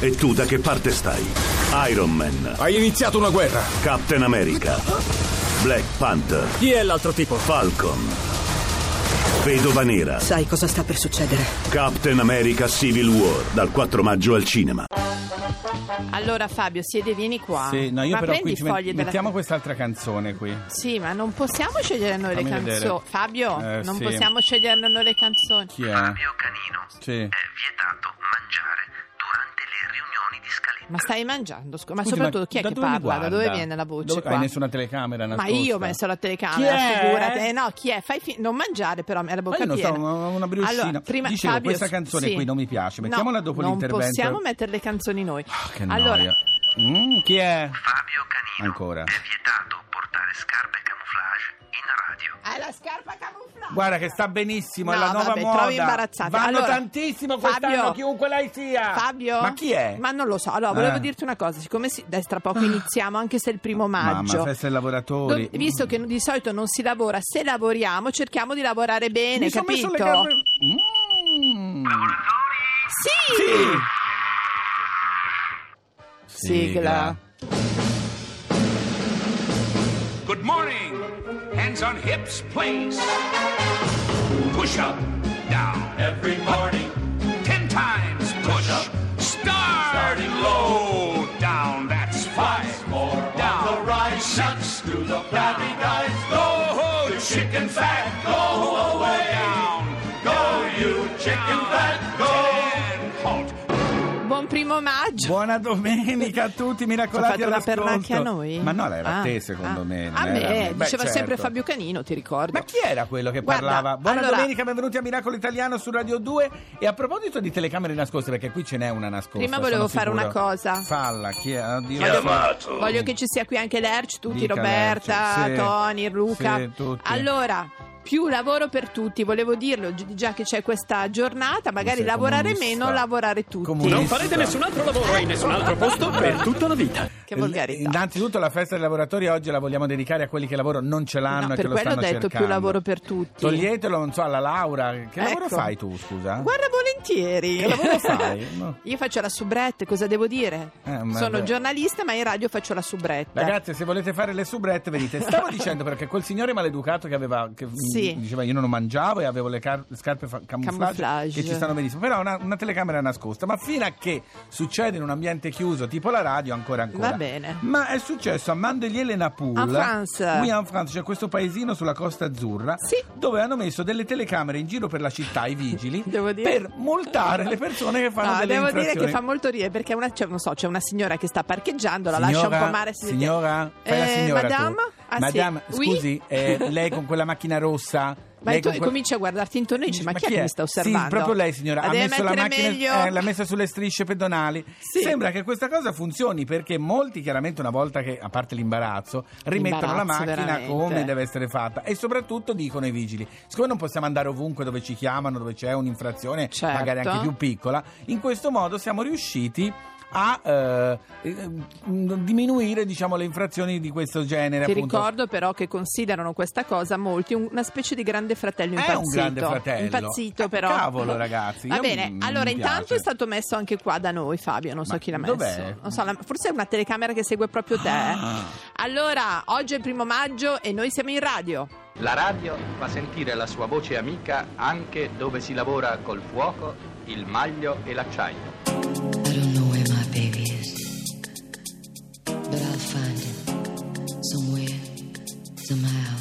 E tu da che parte stai? Iron Man. Hai iniziato una guerra. Captain America. Black Panther. Chi è l'altro tipo? Falcon. Vedova Nera. Sai cosa sta per succedere? Captain America Civil War, dal 4 maggio al cinema. Allora Fabio, vieni qua. Sì, no, io ma però prendi qui i fogli della... mettiamo quest'altra canzone qui. Sì, ma non possiamo scegliere noi Fammi le canzoni. vedere. Fabio, non sì. possiamo scegliere noi le canzoni. Chi è? Fabio Canino. Sì. È vietato mangiare durante le riunioni di scaletta. Ma stai mangiando? Ma Scusi, soprattutto chi è da che dove mi parla? Da dove guarda? viene la voce qua? Hai nessuna telecamera Ma nascosta? io ho messo la telecamera, Chi è? figurati. No, chi è? Non mangiare però, è la bocca Ma io non piena. so, una briochina. Allora, prima, Dicevo, Fabio, questa canzone sì. qui non mi piace. Mettiamola dopo l'intervento. Non possiamo mettere le canzoni noi. Che allora, noia. Chi è? Fabio Canino. Ancora. È vietato portare scarpe camouflage in radio. hai la scarpa camuffata. Guarda che sta benissimo, è No, la nuova vabbè, moda. trovi imbarazzante. Vanno Allora, tantissimo quest'anno, Fabio, chiunque lei sia. Fabio? Ma chi è? Ma non lo so. Allora, volevo dirti una cosa. Siccome dai tra poco iniziamo, anche se è il 1 maggio. Mamma, festa dei lavoratori. Visto che di solito non si lavora, se lavoriamo cerchiamo di lavorare bene, Mi sono capito? messo le gambe. Sì! Sigla. Good morning. Hands on hips, please. Push up, down. Every morning. 10 times push up. Starting low, down. That's 5 more. Down. The rise. 6 to the flabby guys. Go, chicken fat. Go away. Down. Go, you chicken fat. Go. 10. Halt. Buon 1 maggio. Buona domenica a tutti, miracolati Ci ha fatto una all'ascolto. pernacchia a noi? Ma no, era a te secondo me. non A era me, Beh, diceva certo. sempre Fabio Canino, ti ricordo. Ma chi era quello che Guarda, parlava? Buona allora- domenica, benvenuti a Miracolo Italiano su Radio 2. E a proposito di telecamere nascoste, perché qui ce n'è una nascosta. Prima volevo sono fare sicuro. una cosa. Falla, chi è? Oddio. Voglio che ci sia qui anche Lerch, tutti, Dica Roberta, Lerch, sì. Tony, Luca. Sì, tutti. Allora, più lavoro per tutti, volevo dirlo, già che c'è questa giornata, magari sei lavorare comunista. meno, lavorare tutti. Comunista. Non farete nessun altro lavoro in nessun altro posto per tutta la vita. Che volgarità. Innanzitutto la festa dei lavoratori oggi la vogliamo dedicare a quelli che lavoro non ce l'hanno No, e che per lo quello stanno ho detto cercando. più lavoro per tutti. Toglietelo, non so, alla Laura. Che lavoro Ecco. fai tu, scusa? Guarda, volentieri. Che lavoro fai? No. Io faccio la soubrette, cosa devo dire? Ma Sono beh. giornalista, ma in radio faccio la soubrette. Ragazzi, se volete fare le soubrette, venite. Stavo dicendo perché quel signore maleducato che aveva che Sì. diceva io non mangiavo e avevo le scarpe camouflage che ci stanno benissimo. Però una telecamera nascosta. Ma fino a che succede in un ambiente chiuso tipo la radio, ancora. Va bene. Ma è successo a Mandelieu-les-Naples. En France. Qui in France c'è questo paesino sulla Costa Azzurra. Sì. Dove hanno messo delle telecamere in giro per la città, i vigili, Devo dire- per multare le persone che fanno No, delle devo infrazioni. dire che fa molto ridere perché c'è una signora che sta parcheggiando, la lascia un po' male. Signora, fai la signora Madame? tu. Ah, Madame, sì. Oui? scusi, lei con quella macchina rossa. Ma lei tu con cominci a guardarti intorno e dici: ma chi è che mi sta osservando? Sì, proprio lei, signora. La Ha deve messo la mettere macchina, meglio. l'ha messa sulle strisce pedonali. Sì. Sembra che questa cosa funzioni perché molti, chiaramente, una volta che, a parte l'imbarazzo, rimettono la L'imbarazzo, macchina veramente. come deve essere fatta. E soprattutto dicono i vigili: siccome non possiamo andare ovunque dove ci chiamano, dove c'è un'infrazione, Certo. magari anche più piccola, in questo modo siamo riusciti a diminuire, diciamo, le infrazioni di questo genere. Ti appunto. ricordo però che considerano questa cosa molti una specie di grande fratello impazzito. È un grande fratello. Impazzito però. Cavolo, ragazzi. Va io bene, mi allora intanto piace. è stato messo anche qua da noi, Fabio, non so Ma chi l'ha messo. dov'è? Non so, forse è una telecamera che segue proprio te. Allora, oggi è il 1 maggio e noi siamo in radio. La radio fa sentire la sua voce amica anche dove si lavora col fuoco, il maglio e l'acciaio. I don't know where my baby is, but I'll find him somewhere, somehow.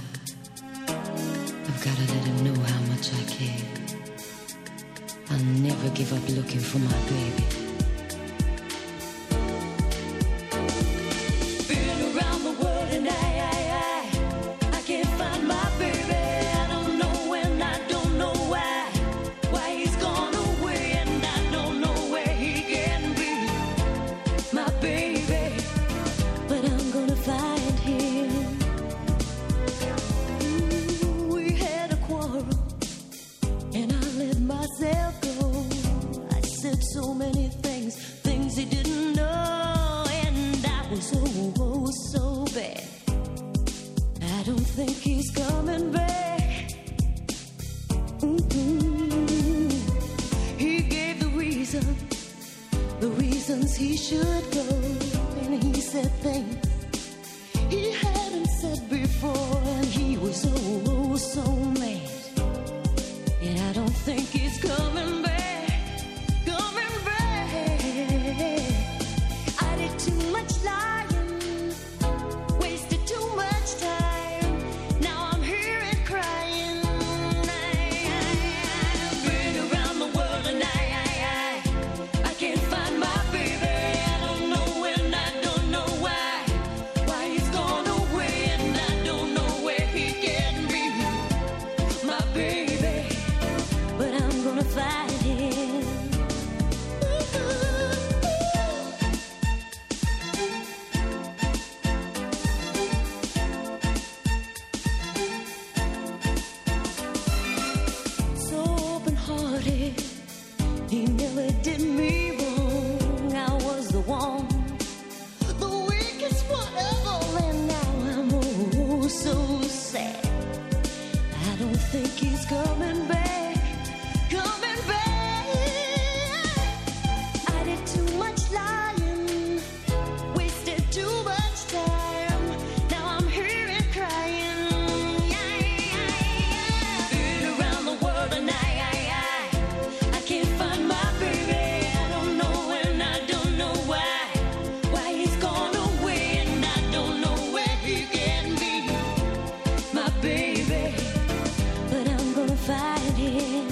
I've got to let him know how much I care. I'll never give up looking for my baby. Been around the world and I can't find my baby. I don't know when, I don't know why he's gone away, and I don't know where he can be, my baby, but I'm gonna find him. We had a quarrel and I let myself go. I said so thinks he should go, and he said things he hadn't said before, and he was oh so mad. And I don't think he's coming back, coming back. I did too much lying, wasted too much time. Now I'm here and crying. I've been around the world and I can't find my baby. I don't know when, I don't know why he's gone away, and I don't know where he can be, my baby. But I'm gonna find him. So open-hearted, he never did me wrong. I was the one, the weakest one ever, and now I'm oh so sad. I don't think he's coming back, coming back. I did too much lying, wasted too much time. Now I'm here and crying. Been around the world and I can't find my baby. I don't know when, I don't know why he's gone away, and I don't know where he can be, my baby. But I'm gonna find him.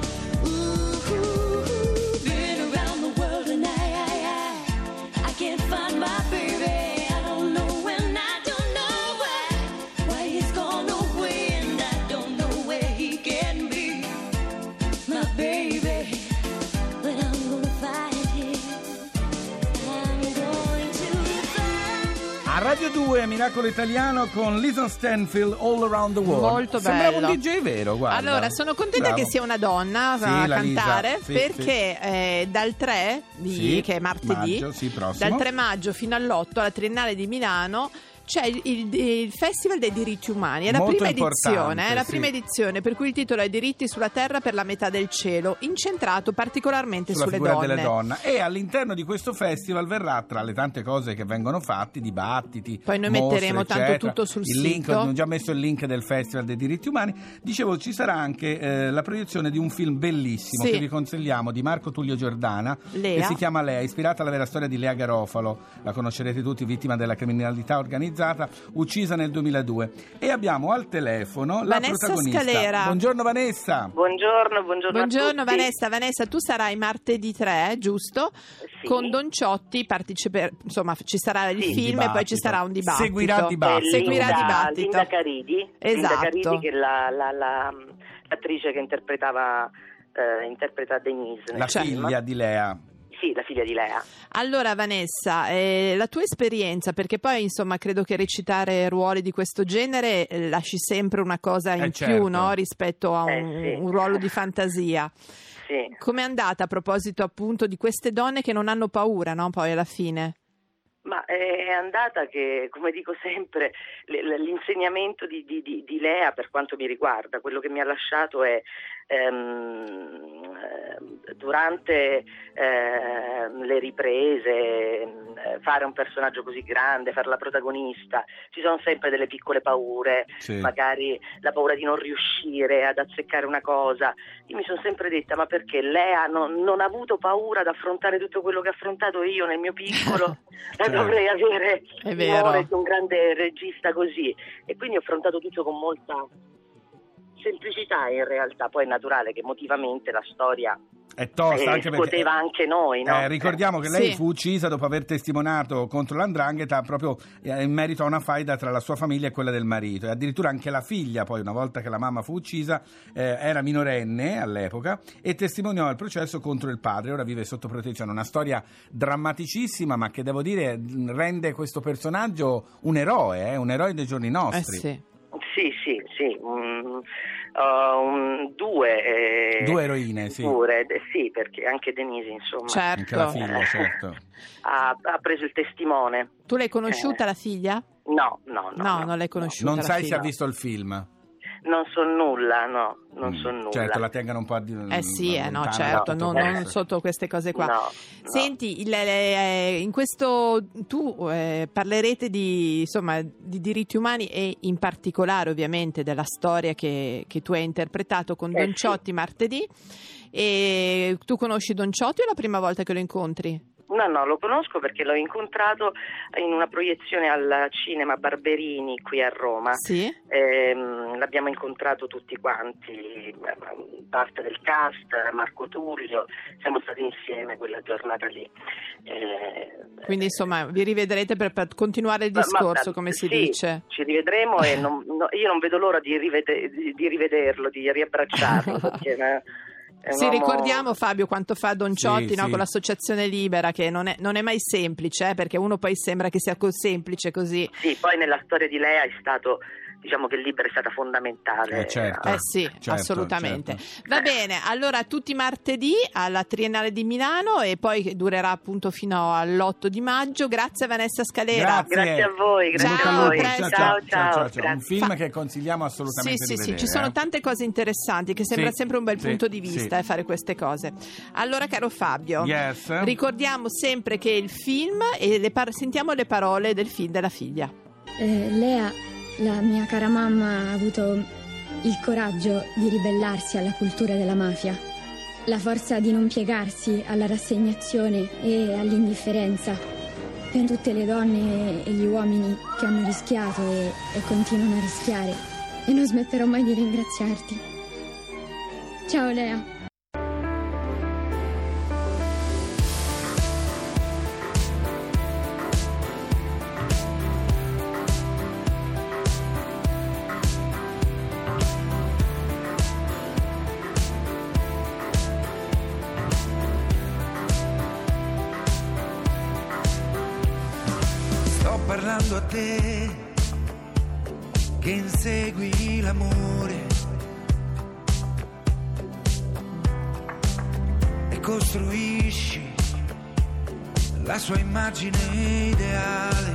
Ooh, been around the world and I can't find my baby. I don't know when, I don't know why he's gone away, and I don't know where he can be, my baby. But I'm gonna find him. I'm going to find. A Radio 2 Miracolo Italiano con Lisa Stanfield, All Around the World. Molto Sembrava bello. un DJ vero, guarda. Allora, sono contenta Bravo. che sia una donna Sì, a la cantare, Lisa, sì, perché dal 3 Sì, che è martedì, maggio, sì, prossimo. dal 3 maggio fino all'8 alla Triennale di Milano c'è il Festival dei diritti umani. È la Molto prima importante, edizione, è la sì. prima edizione, per cui il titolo è Diritti sulla terra per la metà del cielo, incentrato particolarmente sulla sulle figura donne. delle donne, e all'interno di questo festival verrà, tra le tante cose che vengono fatti, dibattiti, Poi noi mostre, metteremo tanto eccetera. tutto sul il link, sito. ho già messo il link del Festival dei diritti umani. Dicevo, ci sarà anche la proiezione di un film bellissimo Sì. che vi consigliamo, di Marco Tullio Giordana, Lea. che si chiama Lea, ispirata alla vera storia di Lea Garofalo, la conoscerete tutti, vittima della criminalità organizzata, uccisa nel 2002. E abbiamo al telefono la Vanessa protagonista. Scalera. Buongiorno Vanessa. Buongiorno a Buongiorno tutti. Vanessa, tu sarai martedì 3, giusto? Sì. Con Don Ciotti insomma ci sarà il film e poi ci sarà un dibattito. Seguirà il dibattito. Seguirà il dibattito. Linda Caridi. Linda Esatto. Caridi, che è l'attrice che interpreta Denise nel La film. figlia di Lea. Sì, la figlia di Lea. Allora Vanessa, la tua esperienza, perché poi insomma credo che recitare ruoli di questo genere lasci sempre una cosa in più, certo. no? Rispetto a Sì. un ruolo di fantasia. Sì. Com'è andata a proposito appunto di queste donne che non hanno paura, no? Poi alla fine. Ma è andata che, come dico sempre, l'insegnamento di Lea, per quanto mi riguarda, quello che mi ha lasciato è durante le riprese, fare un personaggio così grande, fare la protagonista, ci sono sempre delle piccole paure, Sì. magari la paura di non riuscire ad azzeccare una cosa. Io mi sono sempre detta, ma perché Lea non ha avuto paura ad affrontare tutto quello che ho affrontato io nel mio piccolo? Dovrei avere È il vero. onore di un grande regista così, e quindi ho affrontato tutto con molta semplicità. In realtà poi è naturale che emotivamente la storia È tosta, anche perché scuoteva anche noi, no? ricordiamo che lei Sì. fu uccisa dopo aver testimoniato contro l''ndrangheta proprio in merito a una faida tra la sua famiglia e quella del marito, e addirittura anche la figlia, poi una volta che la mamma fu uccisa, era minorenne all'epoca e testimoniò al processo contro il padre. Ora vive sotto protezione. Una storia drammaticissima, ma che devo dire rende questo personaggio un eroe dei giorni nostri. Sì. Sì, due eroine, sì. Pure, sì, perché anche Denise, insomma, Certo. Anche la figlia, certo. ha preso il testimone. Tu l'hai conosciuta la figlia? No. No, non l'hai conosciuta. Non la sai se figlia. ha visto il film. non so nulla, no, non so nulla. Certo, la tengano un po' no, certo, non sotto queste cose qua. No. Senti, in questo tu parlerete di diritti umani e in particolare ovviamente della storia che tu hai interpretato con Don Ciotti martedì. E tu conosci Don Ciotti o è la prima volta che lo incontri? No, lo conosco perché l'ho incontrato in una proiezione al cinema Barberini qui a Roma. Sì. L'abbiamo incontrato tutti quanti, parte del cast, Marco Tullio, siamo stati insieme quella giornata lì. Quindi insomma vi rivedrete per continuare il discorso, come si dice. Ci rivedremo e io non vedo l'ora di rivederlo, di riabbracciarlo. Perché, sì, ricordiamo Fabio quanto fa Don Ciotti, sì. Con l'Associazione Libera, che non è mai semplice, perché uno poi sembra che sia semplice così. Sì, poi nella storia di Lea è stato, diciamo che Libera è stata fondamentale. Certo. Certo, assolutamente. Certo. Va bene, allora tutti martedì alla Triennale di Milano e poi durerà appunto fino all'8 di maggio. Grazie Vanessa Scalera. Grazie a voi, grazie a voi. Ciao. Un film che consigliamo assolutamente di vedere. Ci sono tante cose interessanti, che sembra sempre un bel punto di vista fare queste cose. Allora, caro Fabio, ricordiamo sempre che il film sentiamo le parole del film della figlia. Lea, la mia cara mamma, ha avuto il coraggio di ribellarsi alla cultura della mafia, la forza di non piegarsi alla rassegnazione e all'indifferenza per tutte le donne e gli uomini che hanno rischiato e continuano a rischiare, e non smetterò mai di ringraziarti. Ciao Lea. Parlando a te che insegui l'amore e costruisci la sua immagine ideale,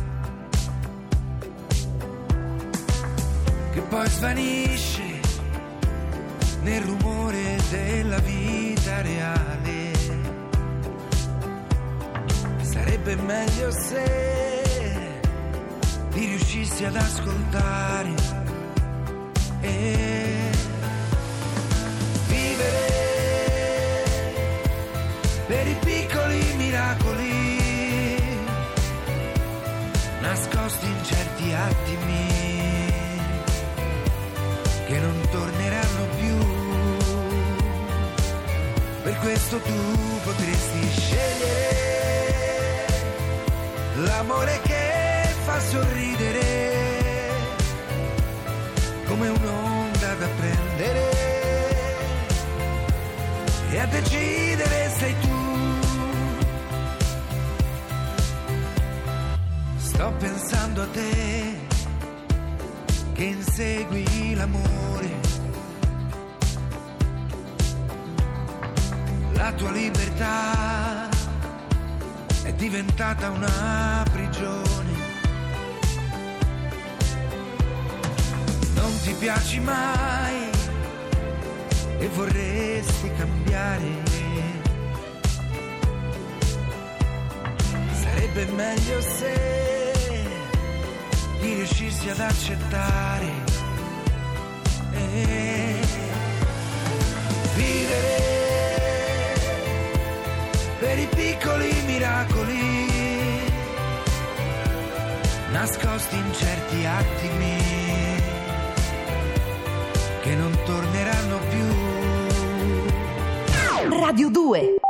che poi svanisce nel rumore della vita reale. Sarebbe meglio se ti riuscissi ad ascoltare e vivere per i piccoli miracoli nascosti in certi attimi che non torneranno più. Per questo tu potresti scegliere l'amore che fa sorridere come un'onda da prendere, e a decidere sei tu. Sto pensando a te che insegui l'amore, la tua libertà è diventata una prigione. Non ti piaci mai e vorresti cambiare. Sarebbe meglio se ti riuscissi ad accettare e vivere per i piccoli miracoli nascosti in certi attimi che non torneranno più. Radio 2